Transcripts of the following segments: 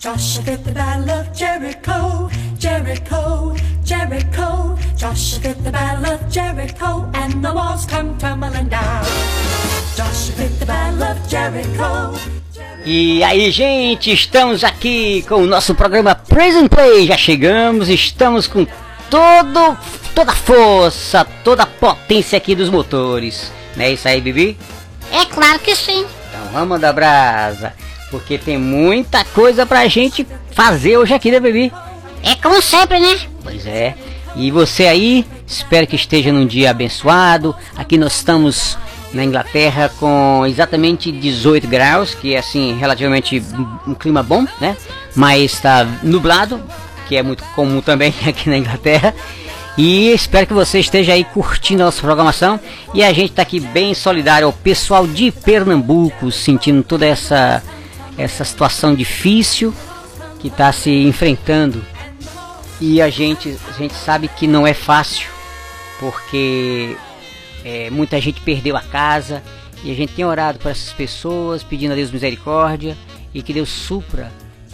Joshua at the battle of Jericho, Jericho, Jericho. Joshua at the battle of Jericho, and the walls come tumbling down. Joshua at the battle of Jericho. E aí, gente, estamos aqui com o nosso programa Prison Play. Já chegamos, estamos com toda a força, toda a potência aqui dos motores. Não é isso aí, Bibi? É claro que sim. Então vamos dar brasa, porque tem muita coisa pra gente fazer hoje aqui, né, Bibi? É como sempre, né? Pois é. E você aí, espero que esteja num dia abençoado. Aqui nós estamos na Inglaterra com exatamente 18 graus, que é assim, relativamente um clima bom, né? Mas está nublado, que é muito comum também aqui na Inglaterra. E espero que você esteja aí curtindo a nossa programação. E a gente está aqui bem solidário ao pessoal de Pernambuco, sentindo toda essa situação difícil que está se enfrentando. E a gente sabe que não é fácil, porque muita gente perdeu a casa, e a gente tem orado por essas pessoas, pedindo a Deus misericórdia e que Deus supra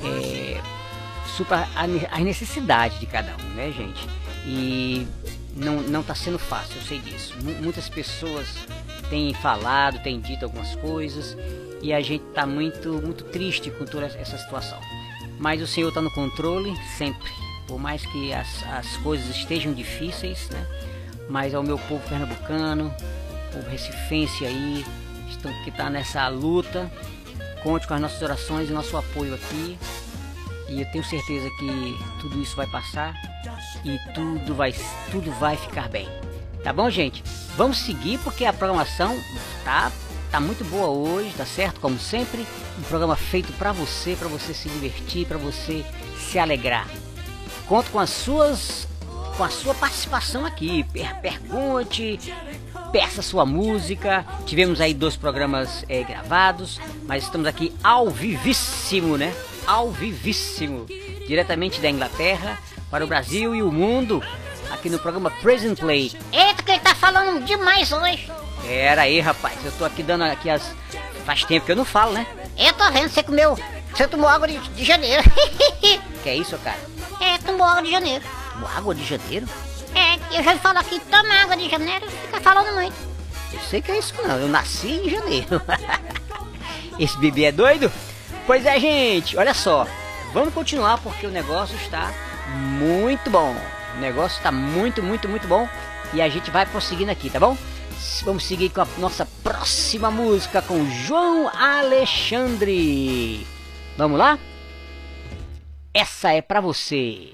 as necessidades de cada um, né, gente? E não está sendo fácil, eu sei disso. Muitas pessoas têm falado, têm dito algumas coisas, e a gente está muito triste com toda essa situação. Mas o Senhor está no controle sempre, por mais que as coisas estejam difíceis, né? Mas ao meu povo pernambucano, povo recifense aí, que está nessa luta, conte com as nossas orações e nosso apoio aqui. E eu tenho certeza que tudo isso vai passar e tudo vai ficar bem. Tá bom, gente? Vamos seguir, porque a programação tá muito boa hoje, tá certo? Como sempre, um programa feito para você se divertir, para você se alegrar. Conto com a sua participação aqui. Pergunte, peça sua música. Tivemos aí 2 programas gravados, mas estamos aqui ao vivíssimo, né? Ao vivíssimo, diretamente da Inglaterra para o Brasil e o mundo, aqui no programa Prison Play. Eita, que ele tá falando demais hoje. Pera aí, rapaz, eu tô aqui dando aqui faz tempo que eu não falo, né? Eu tô vendo, você tomou água de janeiro. Que é isso, cara? Tomou água de janeiro. Tomou água de janeiro? Eu já falo aqui, toma água de janeiro, fica falando muito. Eu sei que é isso não, eu nasci em janeiro. Esse bebê é doido? Pois é, gente, olha só, vamos continuar porque o negócio está muito bom. O negócio está muito bom e a gente vai prosseguindo aqui, tá bom? Vamos seguir com a nossa próxima música com João Alexandre. Vamos lá? Essa é pra você.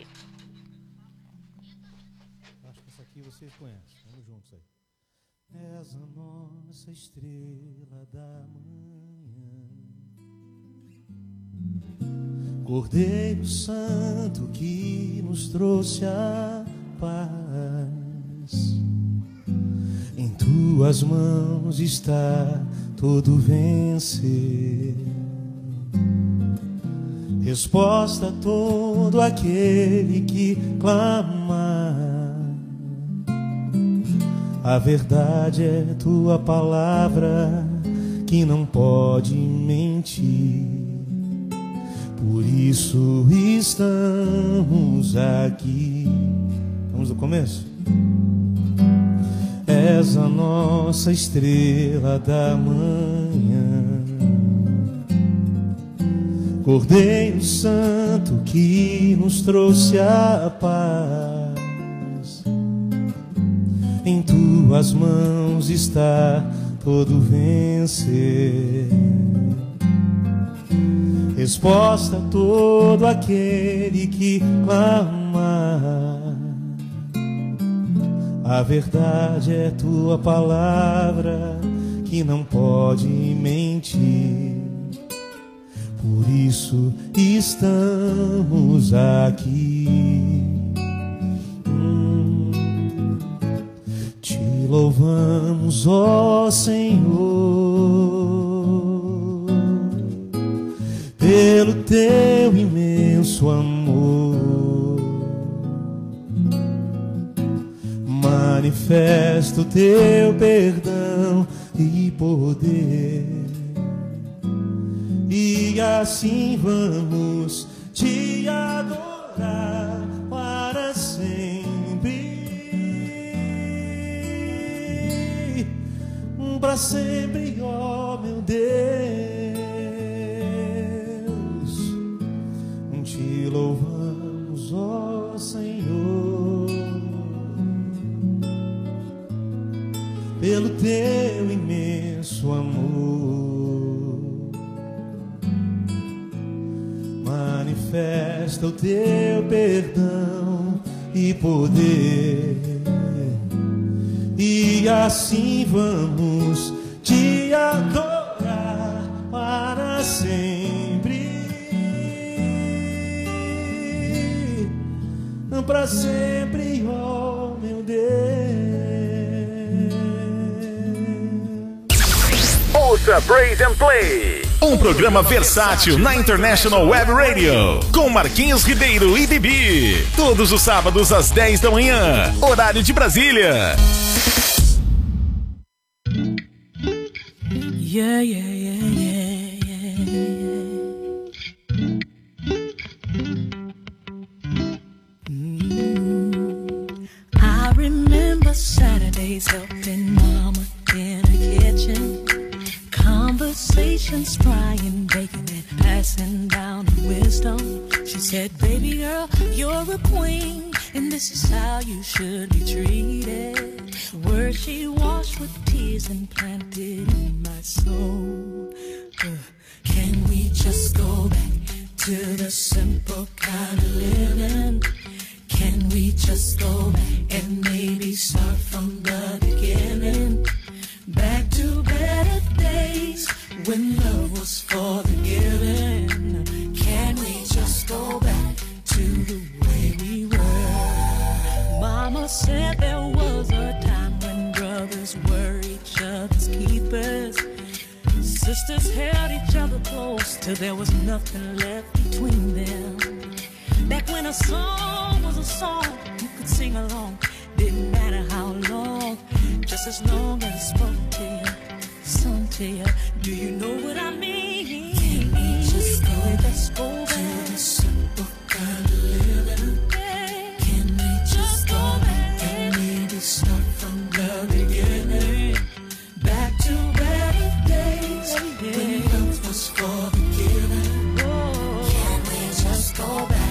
Acho que essa aqui vocês conhecem. Vamos juntos aí. És a nossa estrela da manhã, Cordeiro Santo que nos trouxe a paz. Em tuas mãos está todo vencer, resposta a todo aquele que clama. A verdade é tua palavra que não pode mentir. Por isso estamos aqui. Vamos do começo? És a nossa estrela da manhã, Cordeiro Santo que nos trouxe a paz. Em tuas mãos está todo vencer, resposta a todo aquele que clama. A verdade é tua palavra que não pode mentir. Por isso estamos aqui. Te louvamos, ó Senhor, pelo teu imenso amor. Manifesta o teu perdão e poder, e assim vamos te adorar para sempre. Para sempre, ó meu Deus, te louvamos, ó Senhor, pelo teu imenso amor. Manifesta o teu perdão e poder, e assim vamos te adorar para sempre. Para sempre, ó meu Deus. Ouça Praise and Play, um programa versátil na International Web Radio, com Marquinhos Ribeiro e Bibi, todos os sábados às 10 da manhã, horário de Brasília. Yeah, yeah, yeah, yeah. I remember Saturdays helping Mama in the kitchen, conversations, frying bacon and passing down wisdom. She said, baby girl, you're a queen, and this is how you should be treated. Words she washed with tears and planted in my soul. Can we just go back to the simple kind of living? Can we just go back and maybe start from the beginning? Back to better days when love was for the giving. Can we just go back to the way we were? Mama said there was a time when brothers were each other's keepers. Sisters held each other close till there was nothing left between them. Back when a song was a song, you could sing along, didn't matter how long, just as long as it spoke to you, sung to you. Do you know what I mean? Can we just go back to the simple kind of living? Can we just go back and maybe start from the beginning? Back to better days when love was for the giving. Can we just go back?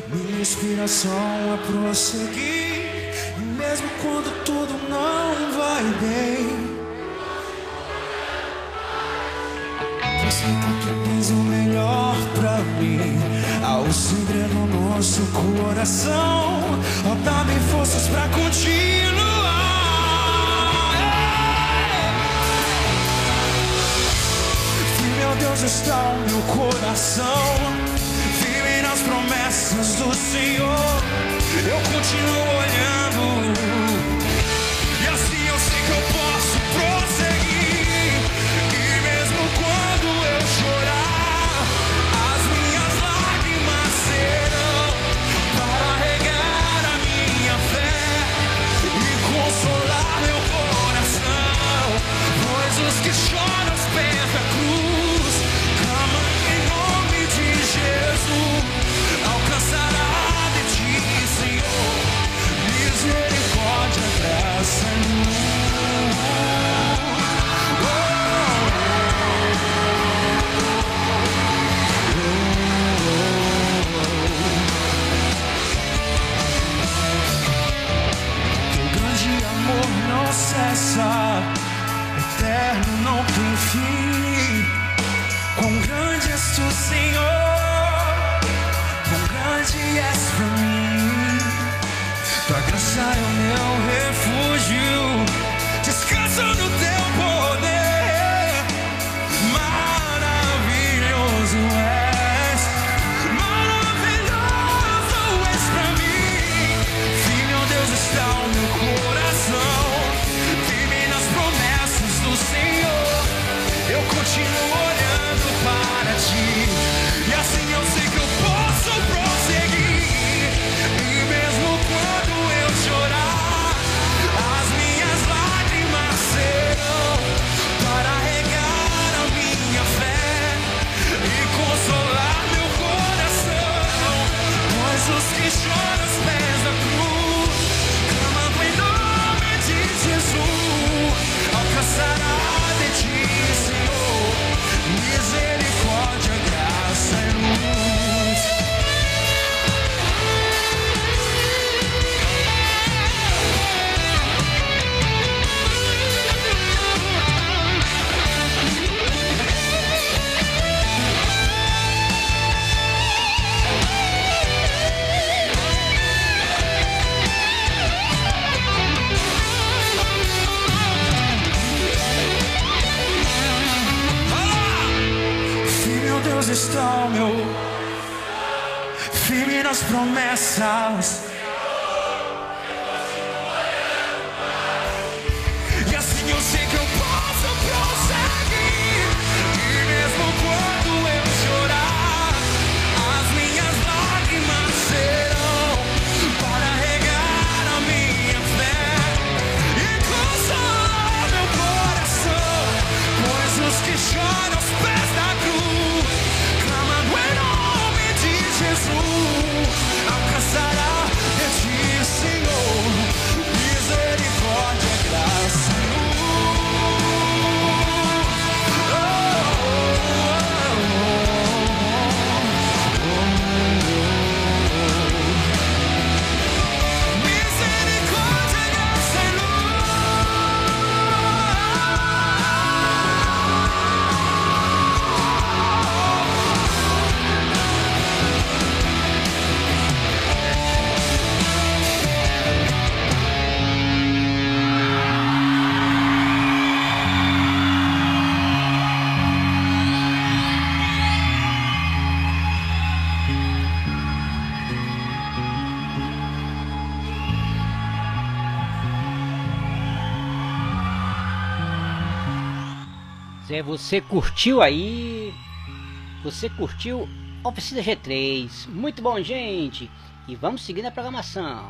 A prosseguir, e mesmo quando tudo não vai Pai dei. Eu sei que tu tens o melhor pra mim. Há um segredo no nosso coração. Ó, dá-me forças pra continuar. Meu Deus, está o meu coração firme nas promessas do Senhor. Eu continuo olhando e assim eu sei que eu posso prosseguir. E mesmo quando eu chorar, as minhas lágrimas serão para regar a minha fé e consolar meu coração. Pois os que choram aos pés da cruz alcançará de ti, Senhor, misericórdia, graça e luz. Teu grande amor não cessa, eterno não tem fim. Quão grande és tu, Senhor. Grande és pra mim, tua graça é o meu refúgio, descanso no teu poder, maravilhoso és pra mim. Sim, meu Deus, está o meu coração firme nas promessas do Senhor. Eu continuo olhando para ti e assim eu sei que eu posso prosseguir. E mesmo quando eu chorar, as minhas lágrimas serão para regar a minha fé e consolar meu coração. Pois os que choram aos pés da cruz, clamando em nome de Jesus, alcançará de ti, Senhor, misericórdia, graça e luz. Deus está o meu firme nas promessas. E assim eu sei que eu posso prosseguir. E mesmo quando eu chorar, as minhas lágrimas serão para regar a minha fé e consolar meu coração. Pois os que choram aos pés da cruz, alcançará de ti, Senhor, misericórdia, graça e misericórdia, graça e Zé, você curtiu aí? Você curtiu Oficina G3? Muito bom, gente! E vamos seguir na programação.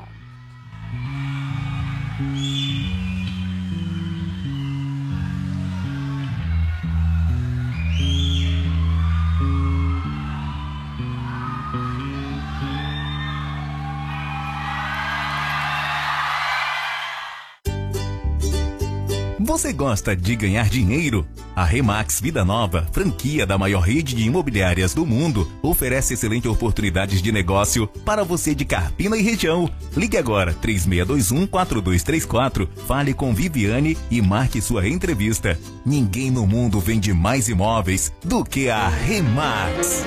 Você gosta de ganhar dinheiro? A Remax Vida Nova, franquia da maior rede de imobiliárias do mundo, oferece excelentes oportunidades de negócio para você de Carpina e região. Ligue agora 3621-4234, fale com Viviane e marque sua entrevista. Ninguém no mundo vende mais imóveis do que a Remax.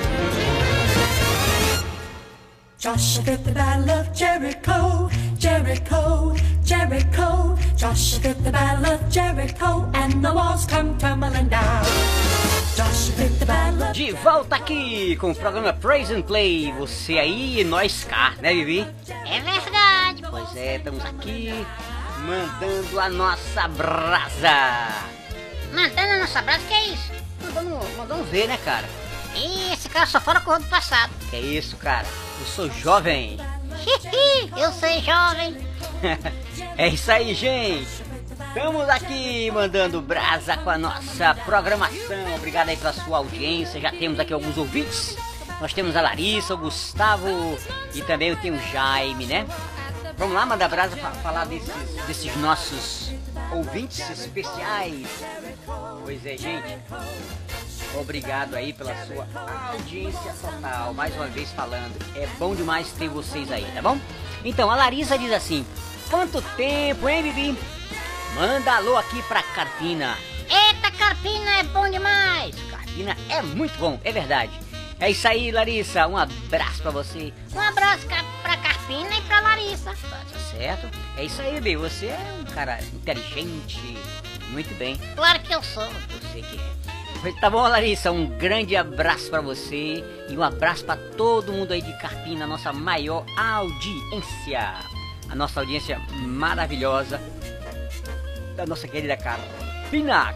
Joshua fit the battle of Jericho, Jericho, Jericho. Joshua fit the battle of Jericho, and the walls come tumbling down. Joshua fit the battle of... De volta aqui com o programa Praise and Play. Você aí e nós cá, né, Vivi? É verdade. Pois é, estamos aqui mandando a nossa brasa. Mandando a nossa brasa, que é isso? Mandando ver, né, cara? Ih, esse cara só fora com o do passado. Que é isso, cara? Eu sou jovem. Eu sou jovem. É isso aí, gente. Estamos aqui mandando brasa com a nossa programação. Obrigado aí pela sua audiência. Já temos aqui alguns ouvintes. Nós temos a Larissa, o Gustavo e também tem o Jaime, né? Vamos lá mandar brasa para falar desses nossos ouvintes especiais. Pois é, gente. Obrigado aí pela sua audiência total. Mais uma vez falando, é bom demais ter vocês aí, tá bom? Então, a Larissa diz assim: quanto tempo, hein, Bibi? Manda alô aqui pra Carpina. Eita, Carpina é bom demais. Carpina é muito bom, é verdade. É isso aí, Larissa, um abraço pra você. Um abraço pra Carpina e pra Larissa. Tá certo? É isso aí, Bibi, você é um cara inteligente. Muito bem. Claro que eu sou. Eu sei que é. Tá bom, Larissa, um grande abraço pra você e um abraço pra todo mundo aí de Carpina, a nossa maior audiência, a nossa audiência maravilhosa da nossa querida Carpina,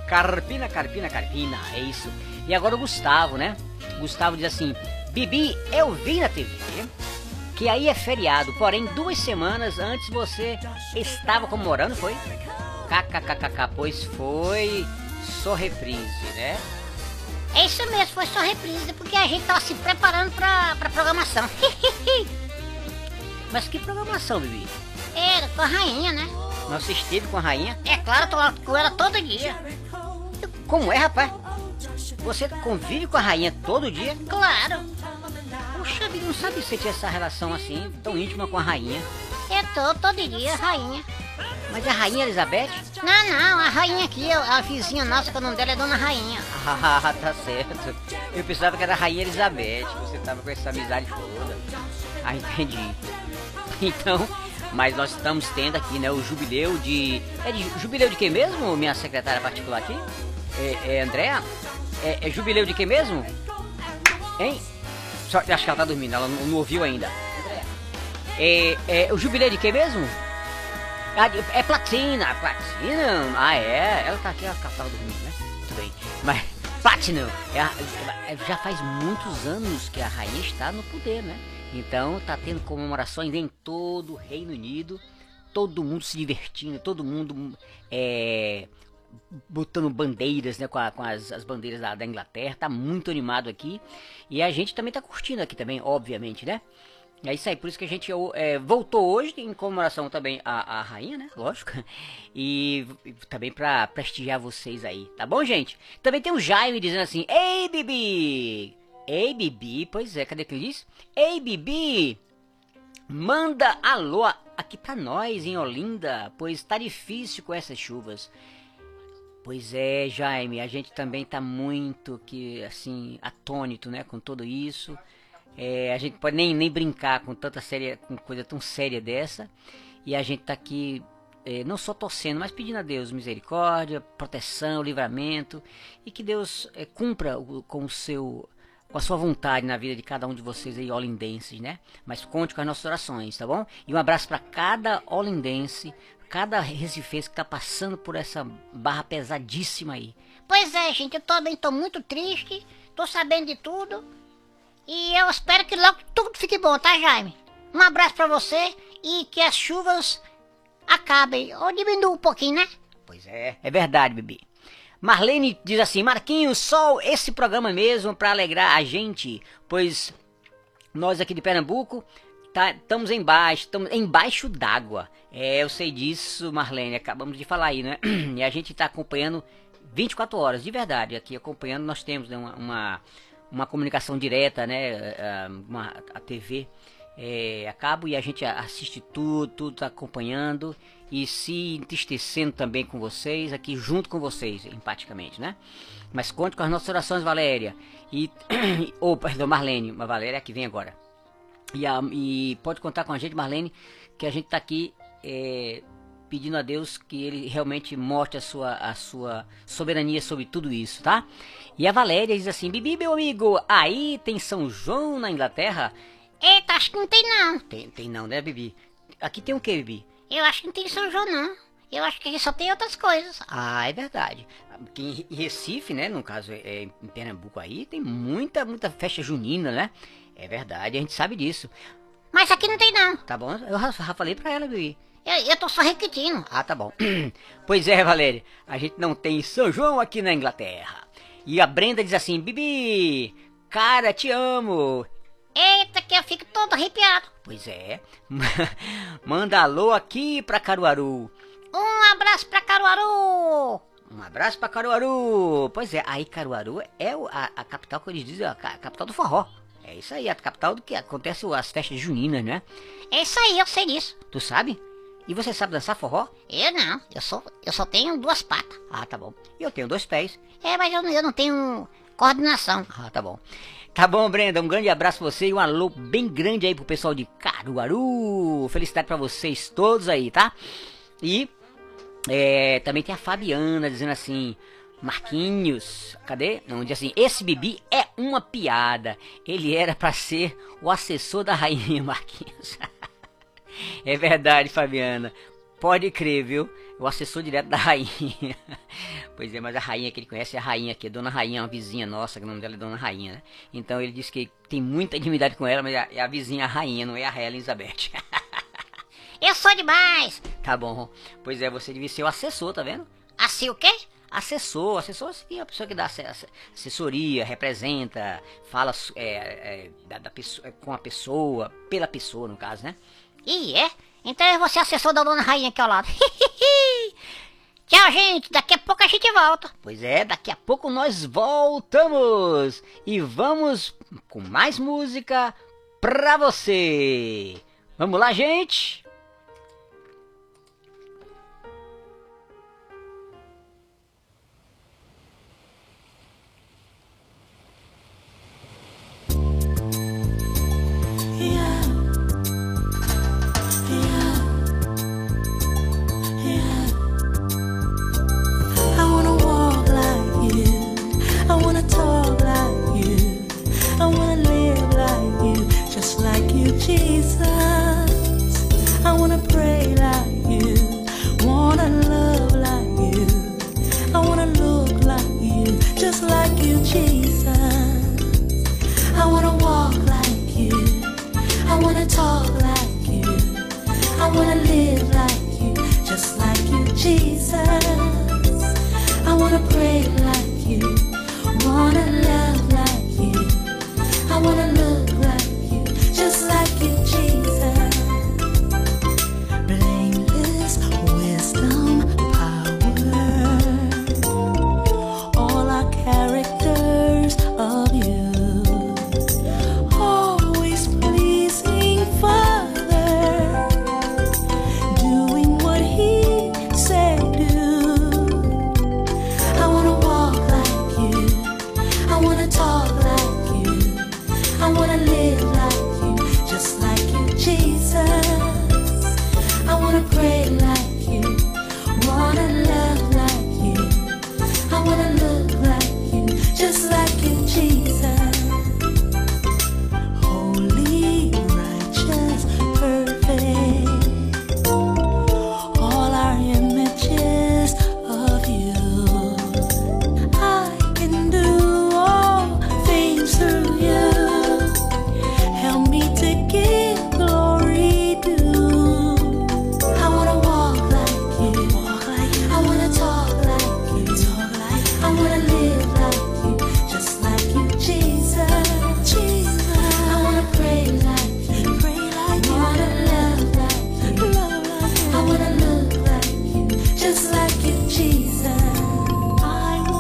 é isso. E agora o Gustavo, né? Gustavo diz assim: Bibi, eu vi na TV que aí é feriado, porém 2 semanas antes você estava comemorando, foi? KKKK, pois foi só reprise, né? É isso mesmo, foi só reprise, porque a gente tava se preparando pra programação. Mas que programação, Bibi? Era com a rainha, né? Mas você esteve com a rainha? É claro, tô com ela todo dia. Como é, rapaz? Você convive com a rainha todo dia? Claro. Puxa vida, não sabia que você tinha essa relação assim, tão íntima com a rainha. Eu tô todo dia, rainha. Mas é a Rainha Elizabeth? Não, a rainha aqui, a vizinha nossa, que o nome dela é Dona Rainha. Ah, tá certo. Eu pensava que era a Rainha Elizabeth, você tava com essa amizade toda. Ah, entendi. Então, mas nós estamos tendo aqui, né, o jubileu de... jubileu de quem mesmo, minha secretária particular aqui? Andréa? É jubileu de quem mesmo? Hein? Só, acho que ela tá dormindo, ela não ouviu ainda. O jubileu de quem mesmo? É Platina. Ah, é? Ela tá aqui, ela tava dormindo, né? Tudo bem. Mas, Platinum, já faz muitos anos que a rainha está no poder, né? Então, tá tendo comemorações em todo o Reino Unido. Todo mundo se divertindo, todo mundo botando bandeiras, né? Com as bandeiras da Inglaterra. Tá muito animado aqui. E a gente também tá curtindo aqui também, obviamente, né? É isso aí, por isso que a gente voltou hoje em comemoração também à rainha, né? Lógico. E também pra prestigiar vocês aí, tá bom, gente? Também tem o Jaime dizendo assim: Ei, Bibi! Ei, Bibi, pois é, cadê que ele diz? Ei, Bibi! Manda alô aqui pra nós em Olinda, pois tá difícil com essas chuvas. Pois é, Jaime, a gente também tá muito assim, atônito, né, com tudo isso. A gente pode nem brincar com com coisa tão séria dessa. E a gente tá aqui não só torcendo, mas pedindo a Deus misericórdia, proteção, livramento. E que Deus cumpra com a sua vontade na vida de cada um de vocês aí, olindenses, né? Mas conte com as nossas orações, tá bom? E um abraço para cada olindense, cada recifense que tá passando por essa barra pesadíssima aí. Pois é, gente, eu também tô muito triste, tô sabendo de tudo. E eu espero que logo tudo fique bom, tá, Jaime? Um abraço pra você e que as chuvas acabem, ou diminuam um pouquinho, né? Pois é verdade, Bibi. Marlene diz assim: Marquinhos, só esse programa mesmo pra alegrar a gente, pois nós aqui de Pernambuco estamos embaixo d'água. Eu sei disso, Marlene, acabamos de falar aí, né? E a gente tá acompanhando 24 horas, de verdade, aqui acompanhando. Nós temos, né, uma comunicação direta, né, a TV a cabo, e a gente assiste tudo tá acompanhando e se entristecendo também com vocês, aqui junto com vocês, empaticamente, né? Mas conte com as nossas orações, Valéria, perdão, Marlene, a Valéria que vem agora. E pode contar com a gente, Marlene, que a gente tá aqui pedindo a Deus que ele realmente mostre a sua soberania sobre tudo isso, tá? E a Valéria diz assim: Bibi, meu amigo, aí tem São João na Inglaterra? Eita, acho que não tem não. Tem não, né, Bibi? Aqui tem o que, Bibi? Eu acho que não tem São João não. Eu acho que aqui só tem outras coisas. Ah, é verdade. Aqui em Recife, né, no caso em Pernambuco aí, tem muita festa junina, né? É verdade, a gente sabe disso. Mas aqui não tem não. Tá bom, eu já falei pra ela, Bibi. Eu tô só repetindo. Ah, tá bom. Pois é, Valéria, a gente não tem São João aqui na Inglaterra. E a Brenda diz assim: Bibi, cara, te amo. Eita, que eu fico todo arrepiado. Pois é. Manda alô aqui pra Caruaru. Um abraço pra Caruaru. Um abraço pra Caruaru. Pois é, aí Caruaru é a capital que eles dizem, a capital do forró. É isso aí, a capital do que acontece as festas juninas, né? É isso aí, eu sei disso. Tu sabe? E você sabe dançar forró? Eu não, eu só tenho 2 patas. Ah, tá bom. E eu tenho 2 pés. Mas eu não tenho coordenação. Ah, tá bom. Tá bom, Brenda, um grande abraço pra você e um alô bem grande aí pro pessoal de Caruaru. Felicidade pra vocês todos aí, tá? E também tem a Fabiana dizendo assim: Marquinhos, cadê? Não, diz assim: esse Bibi é uma piada. Ele era pra ser o assessor da rainha, Marquinhos. É verdade, Fabiana. Pode crer, viu? O assessor direto da rainha. Pois é, mas a rainha que ele conhece é a rainha aqui, Dona Rainha, uma vizinha nossa, que o nome dela é Dona Rainha, né? Então ele disse que tem muita intimidade com ela, mas é a vizinha a rainha, não é a Rainha Elizabeth. Eu sou demais. Tá bom. Pois é, você devia ser o assessor, tá vendo? Assim o quê? Assessor sim, a pessoa que dá assessoria, representa, fala com a pessoa, pela pessoa no caso, né? Então eu vou ser assessor da Dona Rainha aqui ao lado. Tchau, gente, daqui a pouco a gente volta. Pois é, daqui a pouco nós voltamos e vamos com mais música pra você. Vamos lá, gente? Jesus, I wanna pray like you, wanna love like you, I wanna look like you, just like you, Jesus. I wanna walk like you, I wanna talk like you, I wanna live like you, just like you, Jesus. I wanna pray like you, wanna love like you, I wanna look like you, just like you, Jesus. Blameless wisdom, power, all our characters of you, always pleasing Father, doing what He said do. I wanna walk like you, I wanna talk like you, I wanna live like you, just like you, Jesus. I wanna pray like you, wanna love like you, I wanna look like you, just like you, Jesus. Holy, righteous, perfect, all our images of you. I can do all things through you. Help me to give glory due. I wanna walk like you, I wanna talk like you, I wanna live like you, just like you, Jesus. I wanna pray like you, wanna love like you, I wanna look like you, just like you, Jesus. I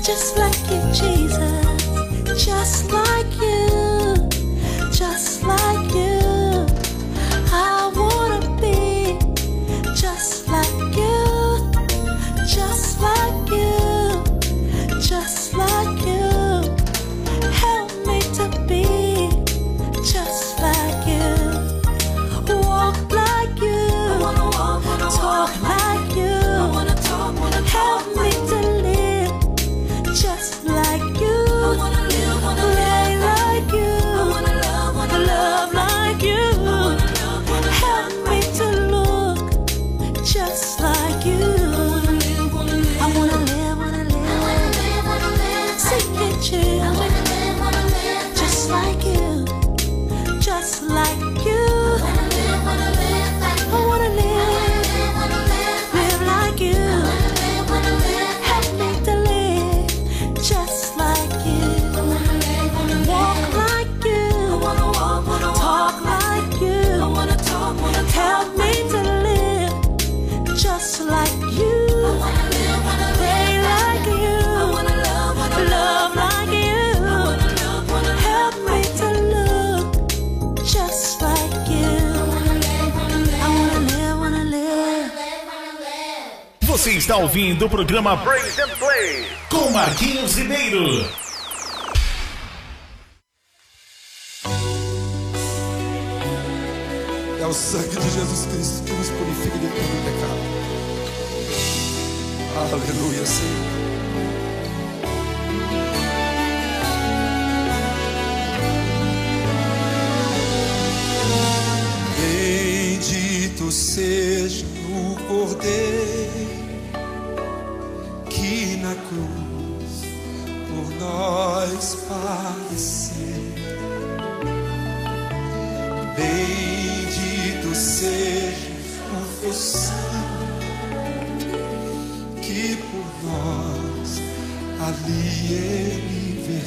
just like you, Jesus. Just like you, just like you. I wanna be just like you, just like you, just like you. Help me to be just like you. Walk like you, talk like you. Help me to live just like you. Play like you, love like you. Help me to look just like you. I wanna live, sing it, chill, just like you, just like you. I wanna live like you. Help me to live just like you. Walk like you, talk like you. Help me to live just like you. Pray like you, love like you. Help me to look just like you. I wanna live. Você está ouvindo o programa Praise and Play com Marquinhos Ribeiro. É o sangue de Jesus Cristo que nos purifica de todo pecado. Aleluia, Senhor. Bendito seja o Cordeiro que na cruz por nós padeceu. Bendito seja o teu sangue que por nós ali ele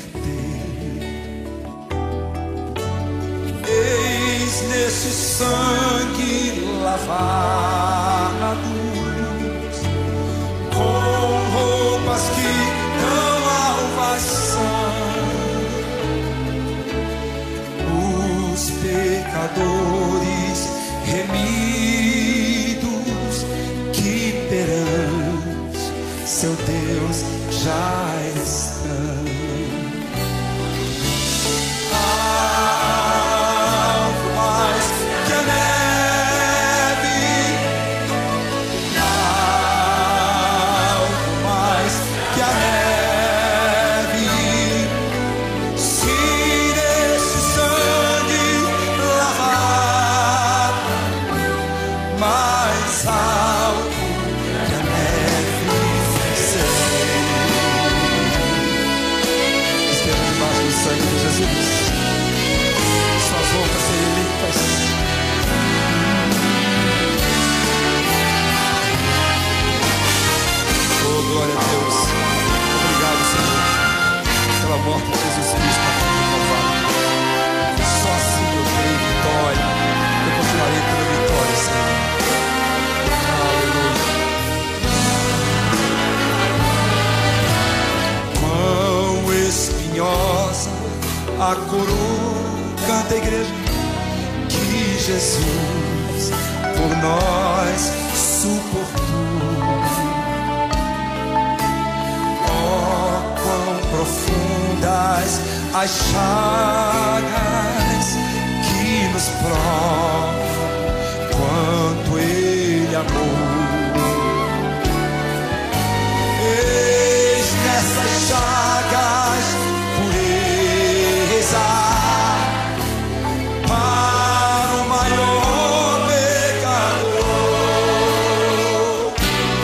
verteu. Eis nesse sangue lavados, com roupas que dão salvação, os pecadores remidos que perante seu Deus já estão. Algo mais que a neve, algo mais que a neve. Se nesse sangue lavado, mais alto que a neve serei. Esteja debaixo do sangue de Jesus. Suas roupas serem limpas. Oh, glória a Deus. Obrigado, Senhor, pela morte de Jesus Cristo na cruz do Calvário. Só assim eu tenho vitória. Eu continuarei tendo vitória, Senhor. Aleluia. Quão espinhosa a coroa, canta a igreja, que Jesus por nós suportou. Oh, quão profundas as chagas que nos provam quanto Ele amou. Eis nessas chagas pureza para o maior pecador.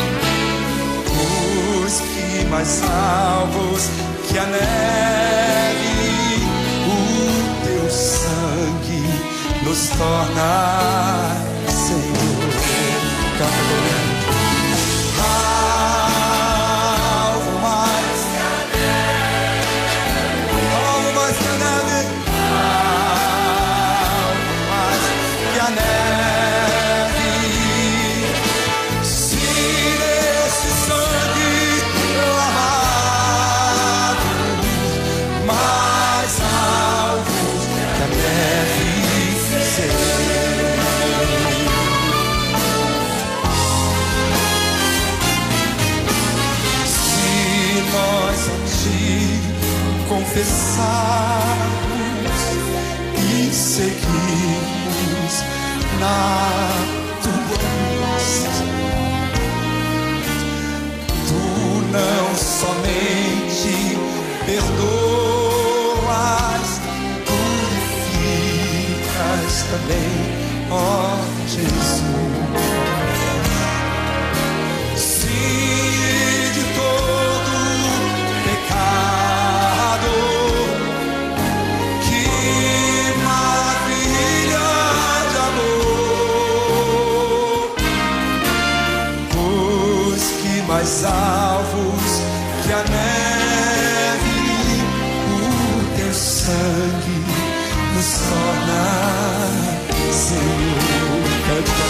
Os que mais salvos que a neve, o teu sangue nos torna, Senhor. Canta comigo. Algo mais que a neve, algo mais que a neve, algo mais que a neve. Se nesse sangue lavado, confessarmos e seguirmos na tua luz. Tu não somente perdoas, purificas também, ó Jesus. Se de todo pecado, que maravilha de amor, os que mais alvos que a neve, o teu sangue nos torna, Senhor. Cante para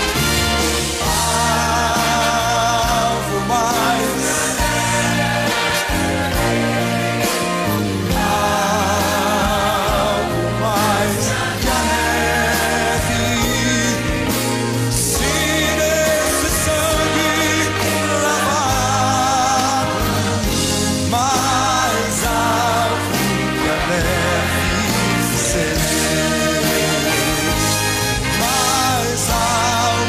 alvo mais, alvo mais que a neve. Se nesse sangue lavado, mais alvo que a neve serei, mais alvo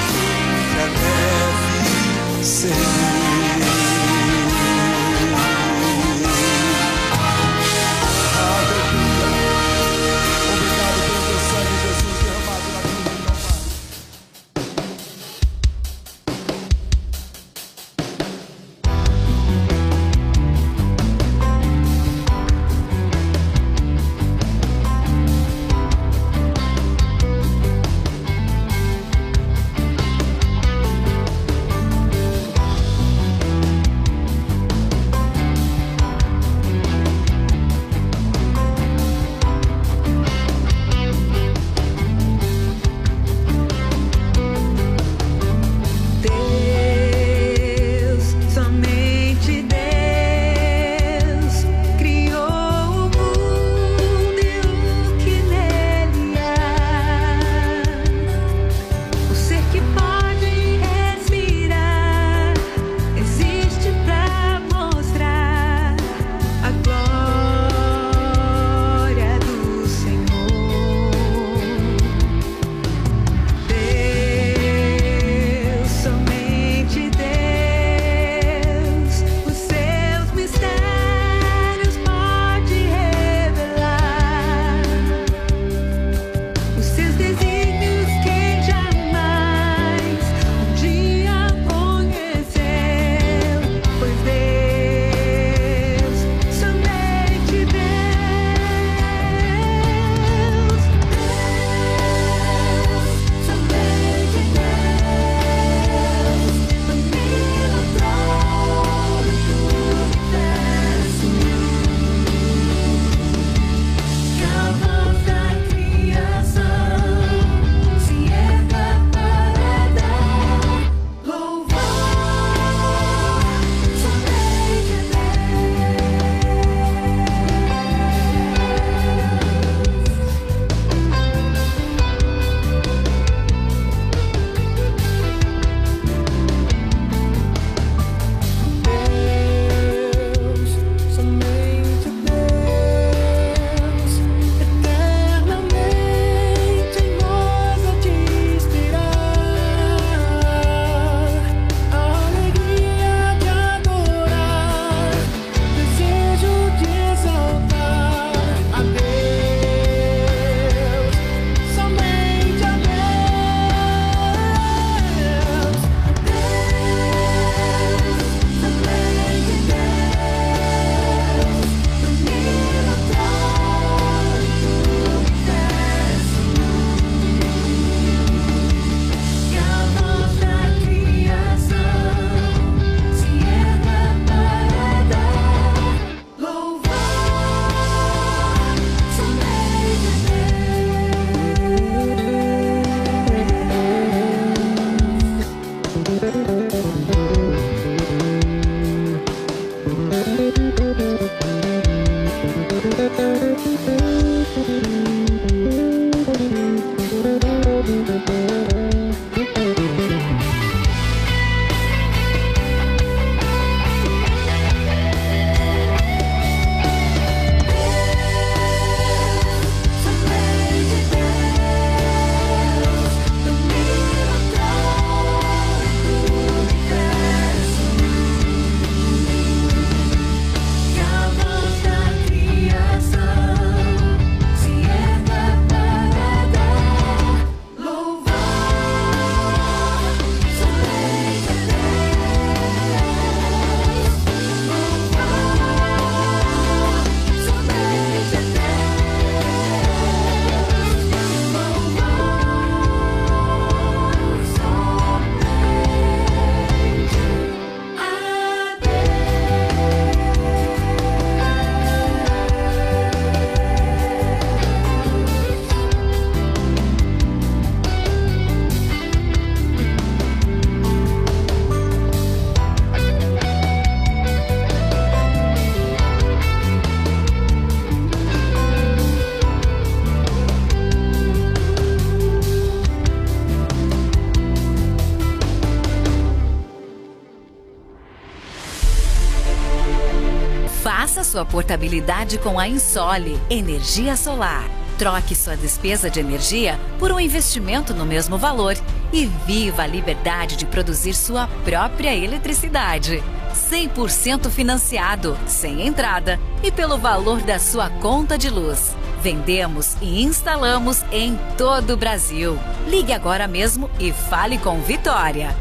Faça sua portabilidade com a Insole Energia Solar. Troque sua despesa de energia por um investimento no mesmo valor e viva a liberdade de produzir sua própria eletricidade. 100% financiado, sem entrada e pelo valor da sua conta de luz. Vendemos e instalamos em todo o Brasil. Ligue agora mesmo e fale com Vitória.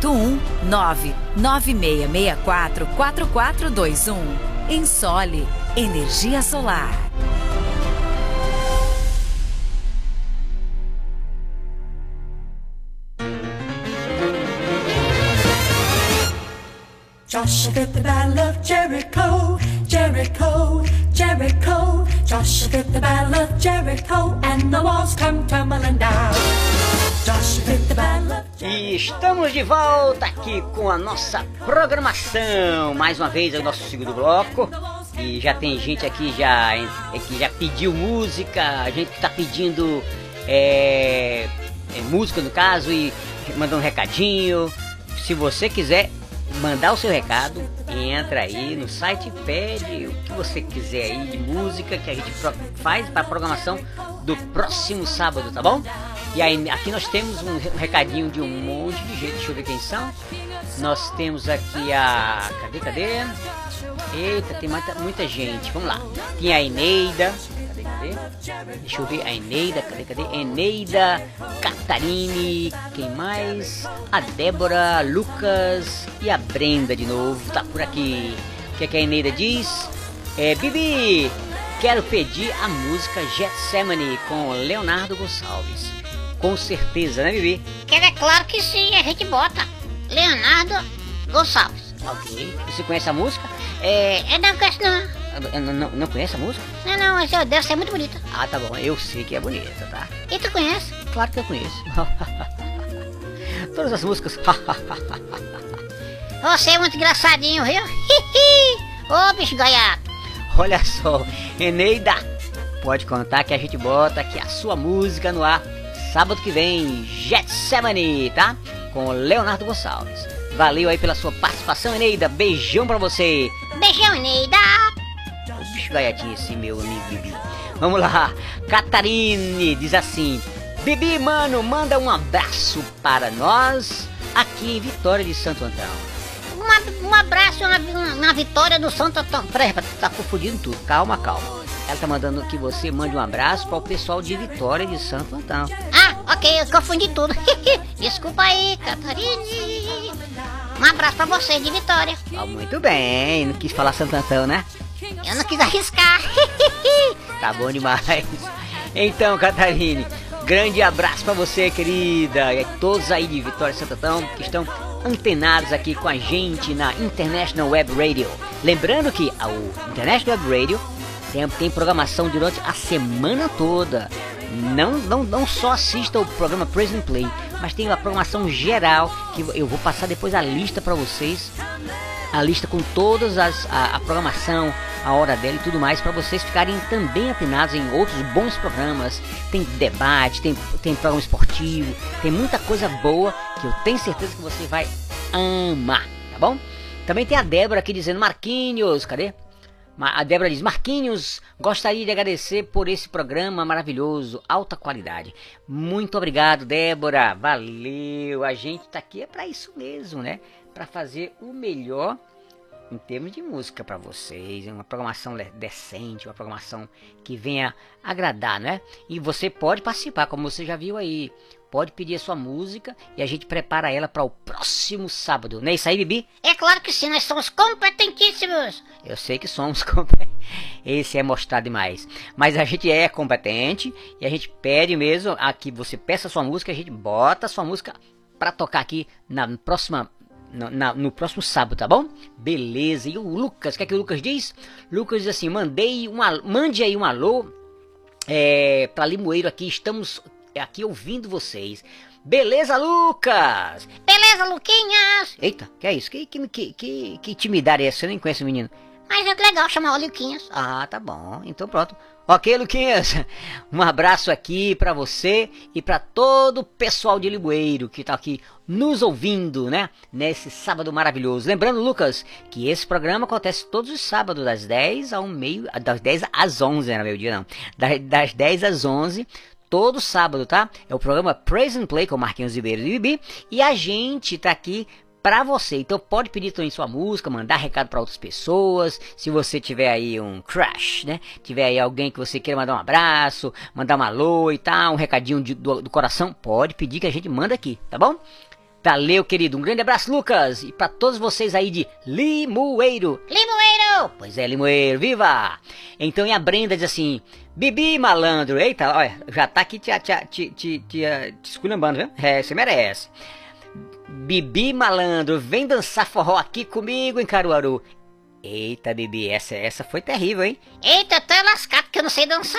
819-9664-4421. Insole Energia Solar. Joshua fit the battle of Jericho, Jericho, Jericho. Joshua fit the battle of Jericho, and the walls come tumbling down. Joshua fit the battle of Jericho. E estamos de volta aqui com a nossa programação. Mais uma vez é o nosso segundo bloco. E já tem gente aqui que já pediu música, a gente que está pedindo música no caso, e mandou um recadinho. Se você quiser mandar o seu recado, entra aí no site e pede o que você quiser aí de música que a gente faz para a programação do próximo sábado, tá bom? E aí aqui nós temos um recadinho de um monte de gente, deixa eu ver quem são. Nós temos aqui a... Cadê? Eita, tem muita gente, vamos lá. Tem a Eneida, cadê? Deixa eu ver, a Eneida, cadê? Eneida, Catarine, quem mais? A Débora, Lucas e a Brenda de novo, tá por aqui. O que é que a Eneida diz? Bibi, quero pedir a música Getsemane com Leonardo Gonçalves. Com certeza, né, Bibi? É claro que sim, a gente bota Leonardo Gonçalves. Ok, você conhece a música? Não conheço não. Não conhece a música? Não, mas deve ser muito bonita. Ah, tá bom, eu sei que é bonita, tá? E tu conhece? Claro que eu conheço. Todas as músicas. Você é muito engraçadinho, viu? Ô, bicho gaiato. Olha só, Eneida, pode contar que a gente bota aqui a sua música no ar sábado que vem, Getsemane, tá? Com Leonardo Gonçalves. Valeu aí pela sua participação, Eneida. Beijão pra você. Beijão, Eneida. Bicho gaiatinho esse meu amigo Bibi. Vamos lá. Catarine diz assim: Bibi, mano, manda um abraço para nós aqui em Vitória de Santo Antão. Um abraço na Vitória do Santo Antão. Peraí, tá confundindo tudo. Calma. Ela tá mandando que você mande um abraço para o pessoal de Vitória de Santo Antão. Ah, ok, eu confundi tudo. Desculpa aí, Catarine. Um abraço pra você de Vitória. Ah, muito bem, não quis falar Santo Antão, né? Eu não quis arriscar. Tá bom demais. Então, Catarine, grande abraço pra você, querida. E todos aí de Vitória de Santo Antão que estão antenados aqui com a gente na International Web Radio. Lembrando que o International Web Radio tem programação durante a semana toda. Não só assista o programa Praise and Play, mas tem uma programação geral que eu vou passar depois a lista para vocês, a lista com todas a programação, a hora dela e tudo mais, para vocês ficarem também antenados em outros bons programas. Tem debate, tem programa esportivo, tem muita coisa boa que eu tenho certeza que você vai amar, tá bom? Também tem a Débora aqui dizendo: Marquinhos, cadê? A Débora diz: Marquinhos, gostaria de agradecer por esse programa maravilhoso, alta qualidade. Muito obrigado, Débora, valeu. A gente tá aqui para isso mesmo, né? Para fazer o melhor em termos de música para vocês, uma programação decente, uma programação que venha agradar, né? E você pode participar, como você já viu aí. Pode pedir a sua música e a gente prepara ela para o próximo sábado. Não é isso aí, Bibi? É claro que sim, nós somos competentíssimos. Eu sei que somos competentes. Esse é mostrar demais. Mas a gente é competente e a gente pede mesmo a que você peça a sua música, a gente bota a sua música para tocar aqui no próximo sábado, tá bom? Beleza. E o Lucas, o que é que o Lucas diz? Lucas diz assim: mande aí um alô para Limoeiro aqui, estamos aqui ouvindo vocês. Beleza, Lucas? Beleza, Luquinhas? Eita, que é isso? Que intimidade é essa? Você nem conhece o menino. Mas é legal chamar o Luquinhas. Ah, tá bom. Então pronto. Ok, Luquinhas. Um abraço aqui pra você e pra todo o pessoal de Limoeiro que tá aqui nos ouvindo, né? Nesse sábado maravilhoso. Lembrando, Lucas, que esse programa acontece todos os sábados das 10 ao meio, das 10 às 11, não é meio-dia não. Das 10 às 11, todo sábado, tá? É o programa Praise and Play com Marquinhos Ribeiro e Bibi, e a gente tá aqui pra você. Então pode pedir também sua música, mandar recado pra outras pessoas. Se você tiver aí um crush, né? Tiver aí alguém que você queira mandar um abraço, mandar um alô e tal, um recadinho do coração, pode pedir que a gente manda aqui, tá bom? Valeu, querido. Um grande abraço, Lucas. E pra todos vocês aí de Limoeiro. Limoeiro! Pois é, Limoeiro, viva! Então, e a Brenda diz assim: Bibi malandro, eita, olha, já tá aqui te esculhambando, viu? É, você merece. Bibi malandro, vem dançar forró aqui comigo em Caruaru. Eita, Bibi, essa foi terrível, hein? Eita, tá lascado que eu não sei dançar.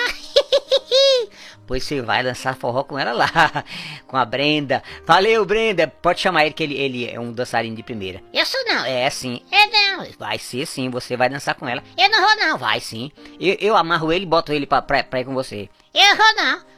Pois você vai dançar forró com ela lá, com a Brenda. Valeu, Brenda, pode chamar ele que ele é um dançarino de primeira. Eu sou não. É sim. Eu não. Vai ser sim, você vai dançar com ela. Eu não vou não. Vai sim. Eu amarro ele e boto ele pra ir com você. Eu vou não.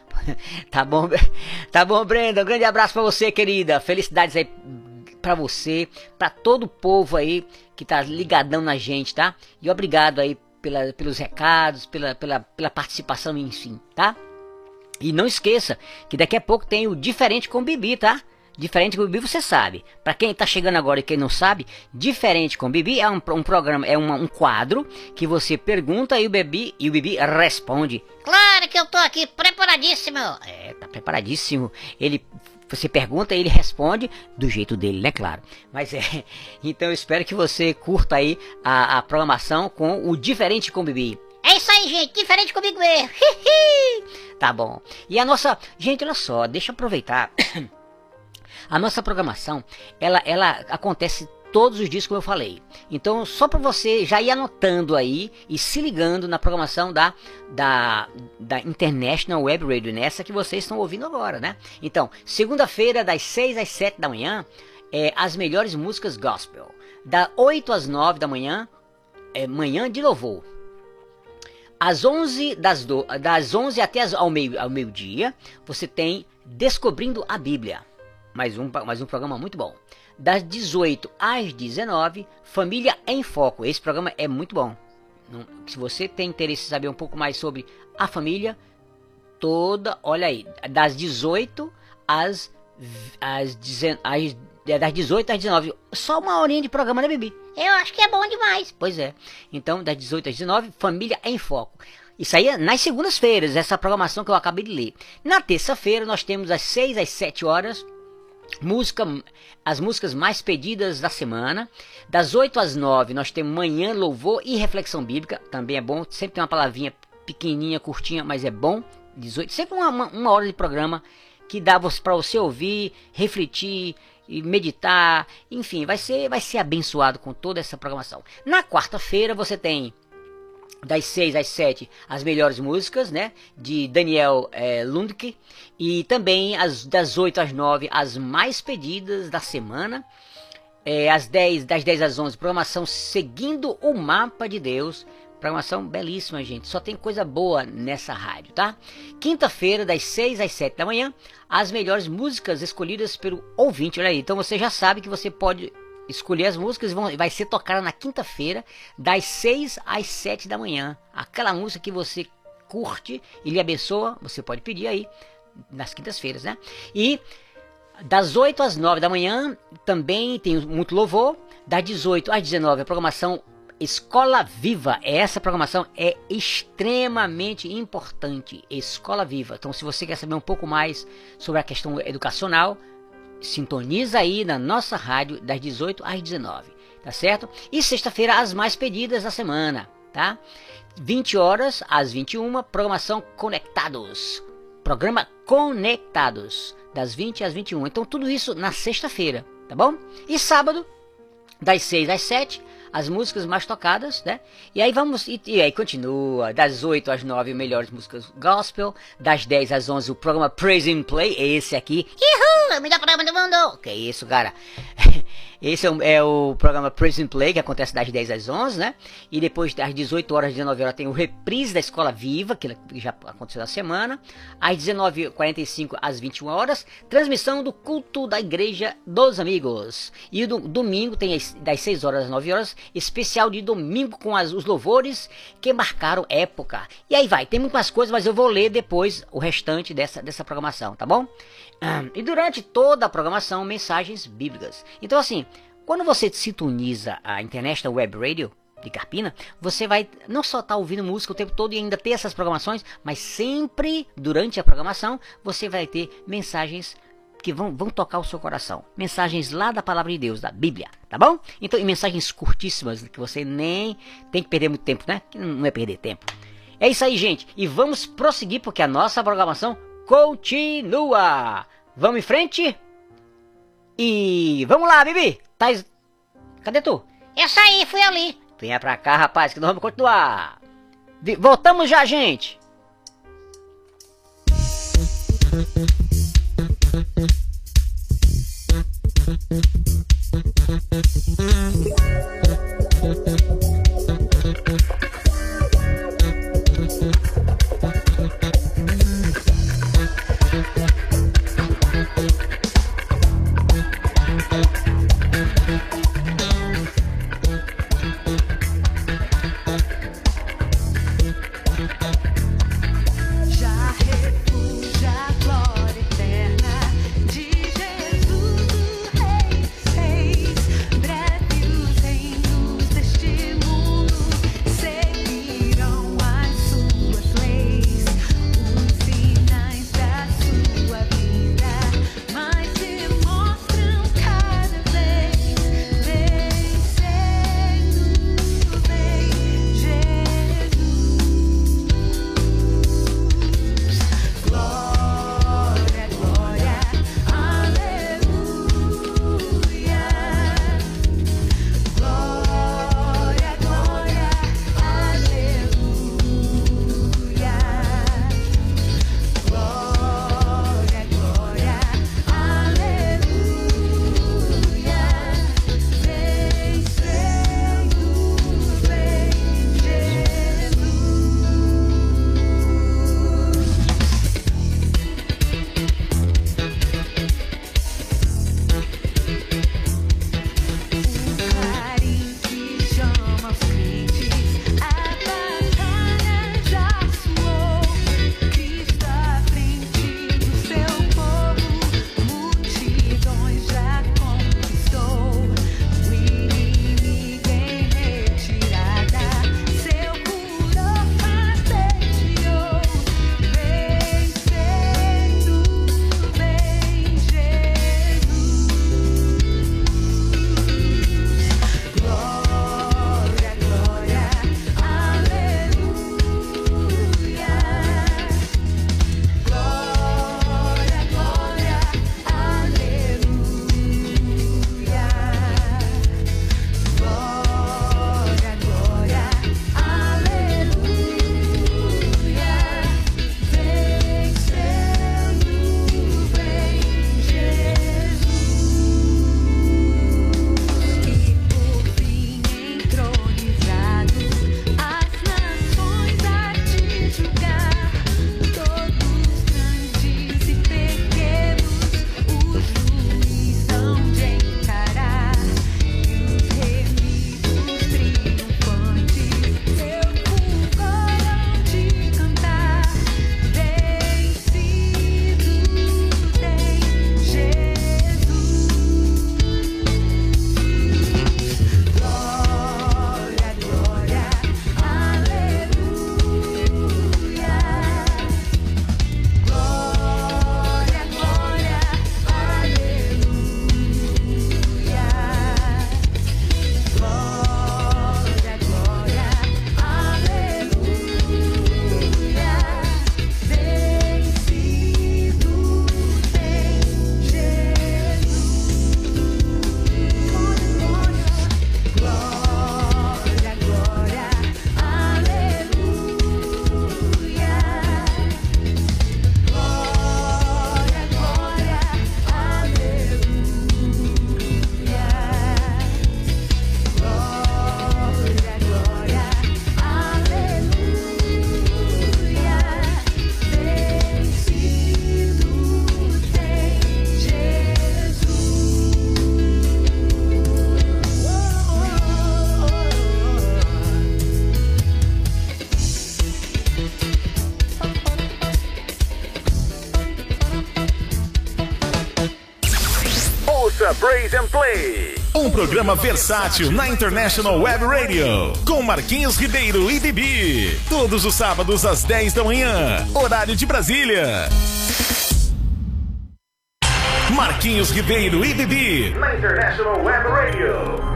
Tá bom, Brenda. Um grande abraço pra você, querida. Felicidades aí pra você, pra todo o povo aí que tá ligadão na gente, tá? E obrigado aí pelos recados, pela participação, enfim, tá? E não esqueça que daqui a pouco tem o Diferente com Bibi, tá? Diferente com Bibi, você sabe. Pra quem tá chegando agora e quem não sabe, Diferente com Bibi é um programa, é um quadro que você pergunta e o Bibi responde. Claro que eu tô aqui preparadíssimo. É, tá preparadíssimo. Você pergunta e ele responde do jeito dele, né, claro. Mas então eu espero que você curta aí a programação com o Diferente com Bibi. É isso aí, gente, diferente comigo mesmo. Tá bom. E a nossa... Gente, olha só, deixa eu aproveitar. A nossa programação, ela acontece todos os dias, como eu falei. Então, só para você já ir anotando aí e se ligando na programação da International Web Radio, nessa que vocês estão ouvindo agora, né? Então, segunda-feira, das 6 às 7 da manhã, as melhores músicas gospel. Das 8 às 9 da manhã, manhã de louvor. Às 11, das 11 até ao meio-dia, você tem Descobrindo a Bíblia. Mais um programa muito bom. Das 18 às 19, Família em Foco. Esse programa é muito bom. Se você tem interesse em saber um pouco mais sobre a família toda, olha aí. Das 18 às 19, só uma horinha de programa, né, Bibi? Eu acho que é bom demais. Pois é. Então, das 18 às 19, Família em Foco. Isso aí é nas segundas-feiras, essa programação que eu acabei de ler. Na terça-feira, nós temos das 6 às 7 horas, as músicas mais pedidas da semana. Das 8 às 9, nós temos Manhã, Louvor e Reflexão Bíblica. Também é bom, sempre tem uma palavrinha pequenininha, curtinha, mas é bom. 18, sempre uma hora de programa que dá para você ouvir, refletir e meditar, enfim, vai ser abençoado com toda essa programação. Na quarta-feira você tem das 6 às 7 as melhores músicas, né, de Daniel Lundke, e também das 8 às 9 as mais pedidas da semana. Das 10 às 11 programação Seguindo o Mapa de Deus. Programação belíssima, gente. Só tem coisa boa nessa rádio, tá? Quinta-feira, das 6 às 7 da manhã, as melhores músicas escolhidas pelo ouvinte. Olha aí, então você já sabe que você pode escolher as músicas e vai ser tocada na quinta-feira, das 6 às 7 da manhã. Aquela música que você curte e lhe abençoa, você pode pedir aí nas quintas-feiras, né? E das 8 às 9 da manhã também tem muito louvor. Das 18 às 19 a programação Escola Viva. Essa programação é extremamente importante. Escola Viva. Então, se você quer saber um pouco mais sobre a questão educacional, sintoniza aí na nossa rádio das 18 às 19, tá certo? E sexta-feira as mais pedidas da semana, tá? 20 horas às 21, programação Conectados. Programa Conectados, das 20 às 21. Então, tudo isso na sexta-feira, tá bom? E sábado, das 6 às 7, as músicas mais tocadas, né? E aí vamos, e aí continua, das 8 às 9, melhores músicas gospel, das 10 às 11, o programa Praise and Play, esse aqui, Uhul, o melhor programa do mundo. que isso, cara? Esse é o programa Praise and Play, que acontece das 10 às 11, né? E depois das 18 horas, 19 horas, tem o reprise da Escola Viva, que já aconteceu na semana. Às 19h45 às 21 horas, transmissão do culto da Igreja dos Amigos. E o domingo tem das 6 horas às 9 horas, especial de domingo com os louvores que marcaram época. E aí vai, tem muito mais coisas, mas eu vou ler depois o restante dessa programação, tá bom? E durante toda a programação, mensagens bíblicas. Então assim, quando você sintoniza a International Web Radio de Carpina, você vai não só estar ouvindo música o tempo todo e ainda ter essas programações, mas sempre durante a programação você vai ter mensagens que vão tocar o seu coração. Mensagens lá da Palavra de Deus, da Bíblia, tá bom? Então, e mensagens curtíssimas, que você nem tem que perder muito tempo, né? Que não é perder tempo. É isso aí, gente. E vamos prosseguir porque a nossa programação continua. Vamos em frente? E vamos lá, Bibi. Cadê tu? Eu saí, fui ali. Venha pra cá, rapaz, que nós vamos continuar. Voltamos já, gente. Já refúgio a glória Extra Praise and Play. Um programa versátil na International Web Radio. Com Marquinhos Ribeiro e Bibi. Todos os sábados às 10 da manhã. Horário de Brasília. Marquinhos Ribeiro e Bibi. Na International Web Radio.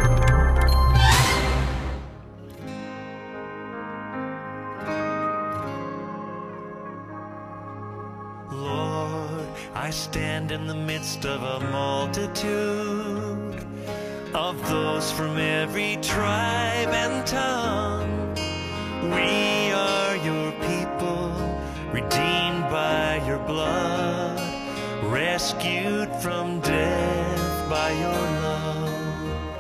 I stand in the midst of a multitude of those from every tribe and tongue. We are your people, redeemed by your blood, rescued from death by your love.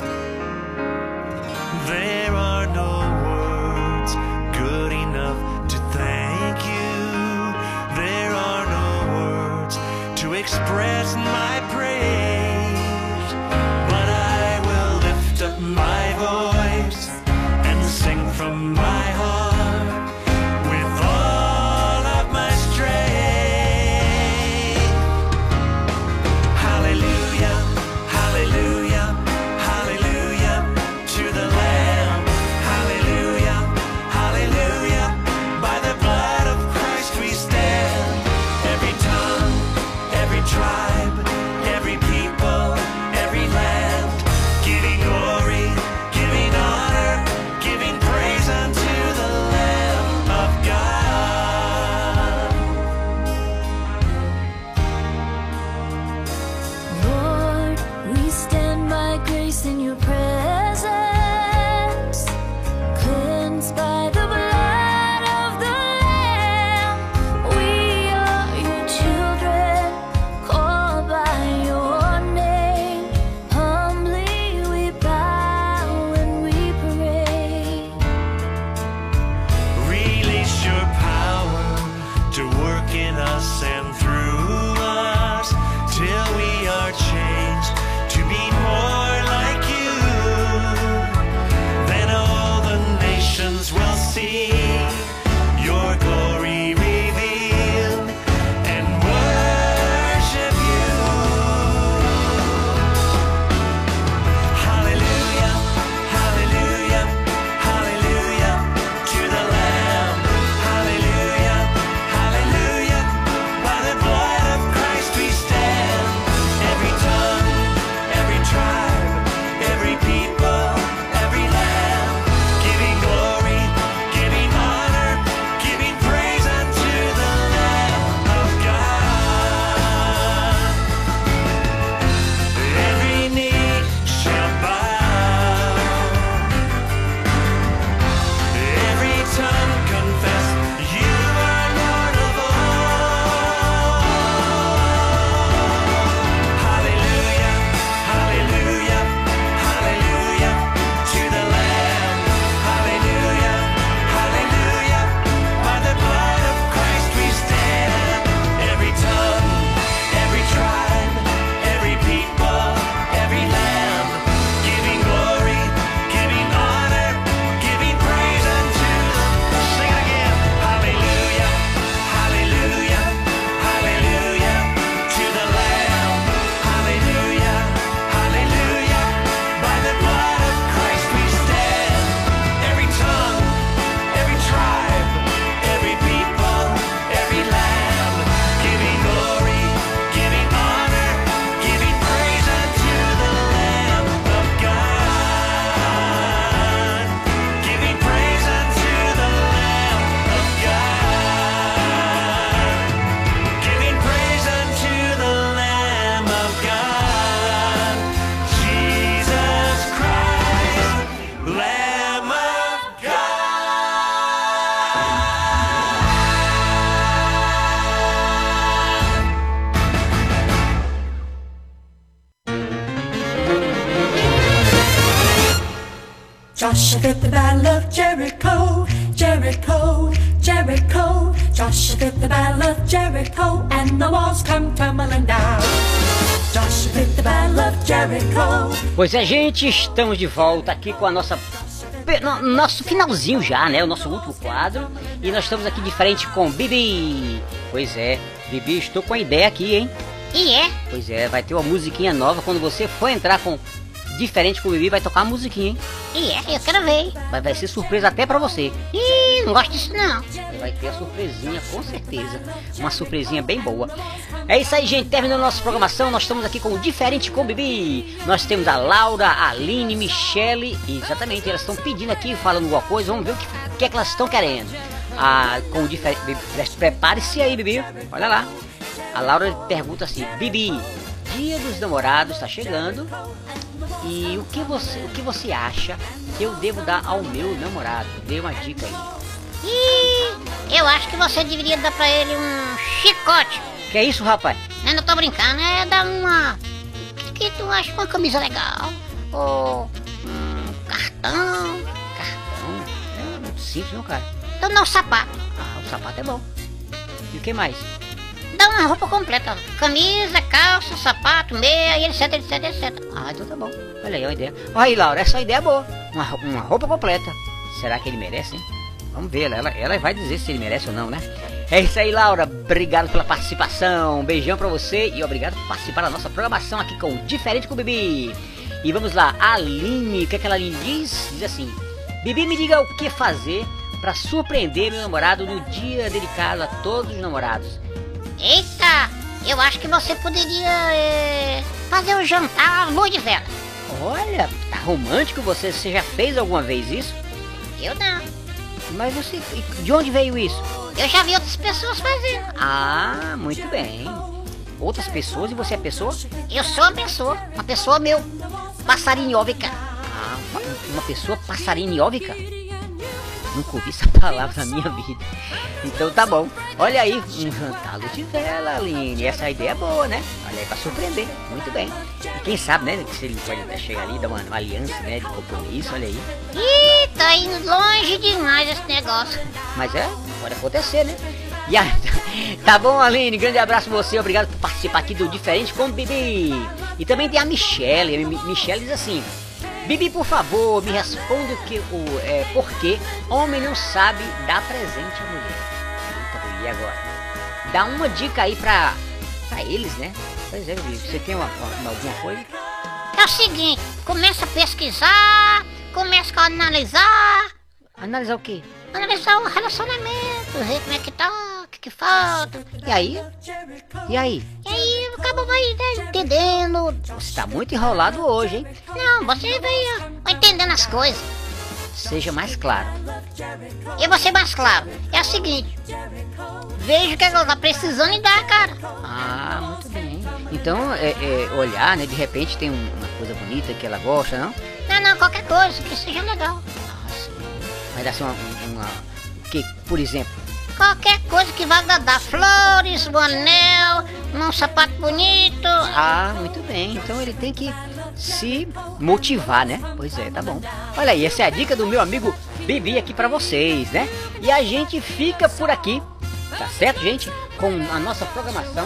There are no words good enough to thank you. There are no words to express my praise, but I will lift up my voice and sing from my heart with all of my strength. Hallelujah, hallelujah, hallelujah to the Lamb. Hallelujah, hallelujah, by the blood of Christ we stand. Every tongue, every tribe, every people, every land, giving glory, giving honor, giving praise unto the Lamb of God. Lord, we stand by grace in your presence, cleansed by the blood of the Lamb. We are your children, called by your name. Humbly we bow and we pray. Release your power to work in us and through us till we are changed to be more like you. Then all the nations will see your glory revealed and worship you. Hallelujah, hallelujah, hallelujah to the Lamb. Hallelujah, hallelujah, by the blood of Christ we stand. Every tongue, every tribe, every people, every land, giving glory, giving honor, giving praise unto the Lamb of God. Every knee shall bow, every tongue confess you are Lord of all. Hallelujah, hallelujah, hallelujah to the Lamb. Hallelujah, hallelujah, by the blood of Christ we stand. Every tongue, every tribe, every people, every land, giving glory, giving honor, giving praise unto the. Sing it again. Hallelujah, hallelujah, hallelujah to the Lamb. Hallelujah, hallelujah, by the blood of Christ we stand. Every tongue, every tribe, every people, every land, giving glory, giving honor, giving praise unto the Lamb of God. Giving praise unto the Lamb of God. Giving praise unto the Lamb of God. Jesus Christ, Lamb of God. Joshua fit the battle of Jericho, Jericho, Jericho. Joshua fit the battle of Jericho, and the walls come tumbling down. Joshua fit the battle of Jericho. Pois é, gente, estamos de volta aqui com a nosso finalzinho já, né? O nosso último quadro. E nós estamos aqui de frente com Bibi. Pois é, Bibi, estou com a ideia aqui, hein? E é? Pois é, vai ter uma musiquinha nova. Quando você for entrar com Diferente com o Bibi, vai tocar uma musiquinha, hein? E é, eu quero ver. Vai ser surpresa até pra você. Ih, não gosto disso não. Vai ter a surpresinha, com certeza. Uma surpresinha bem boa. É isso aí, gente. Terminando a nossa programação, nós estamos aqui com o Diferente com o Bibi. Nós temos a Laura, a Aline, Michele. Exatamente, elas estão pedindo aqui, falando alguma coisa. Vamos ver o que é que elas estão querendo. Com o Diferente... Prepare-se aí, Bibi. Olha lá. A Laura pergunta assim: Bibi, Dia dos Namorados está chegando. E o que você acha que eu devo dar ao meu namorado? Dê uma dica aí. Ih, eu acho que você deveria dar pra ele um chicote. Que é isso, rapaz? Eu não tô brincando, é dar uma... que tu acha uma camisa legal. Ou um cartão. Cartão? É muito simples, não, cara? Então dá um sapato. O sapato é bom. E o que mais? Dá uma roupa completa. Camisa, calça, sapato, meia, e etc, etc, etc. Então tá bom. Olha aí, uma ideia. Olha aí, Laura, essa ideia é boa. Uma roupa completa. Será que ele merece, hein? Vamos ver, ela vai dizer se ele merece ou não, né? É isso aí, Laura. Obrigado pela participação. Um beijão pra você e obrigado por participar da nossa programação aqui com o Diferente com o Bibi. E vamos lá, a Aline, o que é que a Aline diz? Diz assim: Bibi, me diga o que fazer pra surpreender meu namorado no dia dedicado a todos os namorados. Eita, eu acho que você poderia fazer um jantar à luz de vela. Olha, tá romântico você. Você já fez alguma vez isso? Eu não. Mas você, de onde veio isso? Eu já vi outras pessoas fazendo. Muito bem. Outras pessoas e você é pessoa? Eu sou uma pessoa meu passarinhóvica. Uma pessoa passarinhóvica? Nunca ouvi essa palavra na minha vida. Então tá bom. Olha aí, um jantar à luz de vela, Aline. Essa ideia é boa, né? Olha aí, pra surpreender. Muito bem. E quem sabe, né? Se ele pode até chegar ali e dar uma aliança, né? De compromisso, olha aí. Ih, tá indo longe demais esse negócio. Mas pode acontecer, né? Tá bom, Aline, grande abraço pra você. Obrigado por participar aqui do Diferente com o Bibi. E também tem a Michele. Michele diz assim: Bibi, por favor, me responda por que homem não sabe dar presente à mulher. Eita, e agora? Dá uma dica aí pra eles, né? Pois é, Bibi, você tem alguma coisa? É o seguinte, começa a pesquisar, começa a analisar. Analisar o quê? Analisar o relacionamento, ver como é que tá, o que falta. E aí? E aí acaba vai entendendo. Você tá muito enrolado hoje, hein? Não, você vai entendendo as coisas. Seja mais claro. Eu vou ser mais claro. É o seguinte, veja o que ela tá precisando e dá, cara. Muito bem. Então, olhar, né? De repente tem uma coisa bonita que ela gosta, não? Não, qualquer coisa que seja legal. Sim. Vai dar assim que, por exemplo? Qualquer coisa que vá agradar. Flores, um anel, um sapato bonito. Muito bem. Então ele tem que se motivar, né? Pois é, tá bom. Olha aí, essa é a dica do meu amigo Bibi aqui pra vocês, né? E a gente fica por aqui, tá certo, gente? Com a nossa programação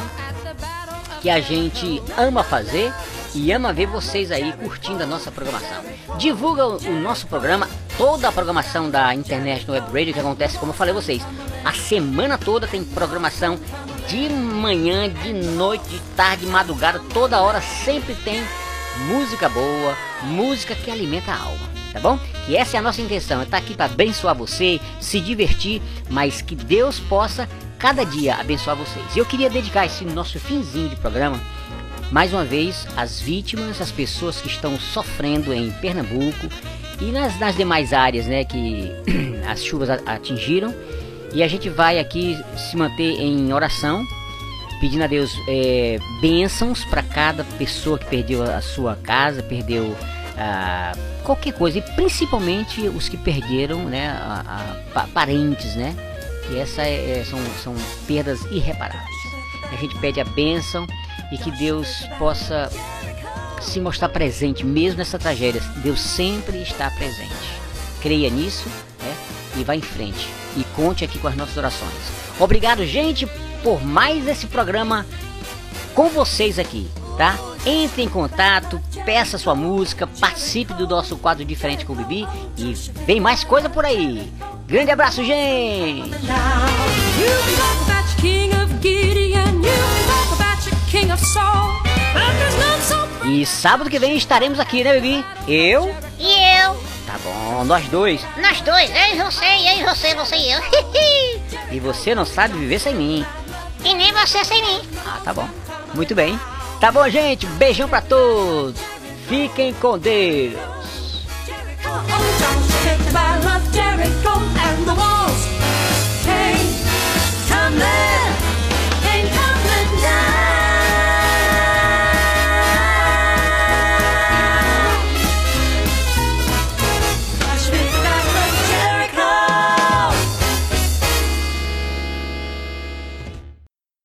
que a gente ama fazer e ama ver vocês aí curtindo a nossa programação. Divulga o nosso programa, toda a programação da International Web Radio que acontece, como eu falei a vocês, a semana toda tem programação de manhã, de noite, de tarde, de madrugada, toda hora sempre tem música boa, música que alimenta a alma, tá bom? E essa é a nossa intenção, é estar aqui para abençoar você, se divertir, mas que Deus possa cada dia abençoar vocês. E eu queria dedicar esse nosso finzinho de programa mais uma vez às vítimas, às pessoas que estão sofrendo em Pernambuco e nas demais áreas, né, que as chuvas atingiram. E a gente vai aqui se manter em oração, pedindo a Deus bênçãos para cada pessoa que perdeu a sua casa, perdeu qualquer coisa, e principalmente os que perderam, né, parentes, né? E essas são perdas irreparáveis. A gente pede a bênção e que Deus possa se mostrar presente mesmo nessa tragédia. Deus sempre está presente. Creia nisso, né? E vá em frente. E conte aqui com as nossas orações. Obrigado, gente, por mais esse programa com vocês aqui, tá? Entre em contato, peça sua música, participe do nosso quadro Diferente com o Bibi e vem mais coisa por aí. Grande abraço, gente! You can talk about your king of Gideon. You can talk about your king king of soul. But there's none so E sábado que vem estaremos aqui, né, Bibi? Eu? E eu? Tá bom, nós dois. Nós dois, eu e você, você e eu. E você não sabe viver sem mim. E nem você sem mim. Ah, tá bom. Muito bem. Tá bom, gente. Beijão pra todos. Fiquem com Deus.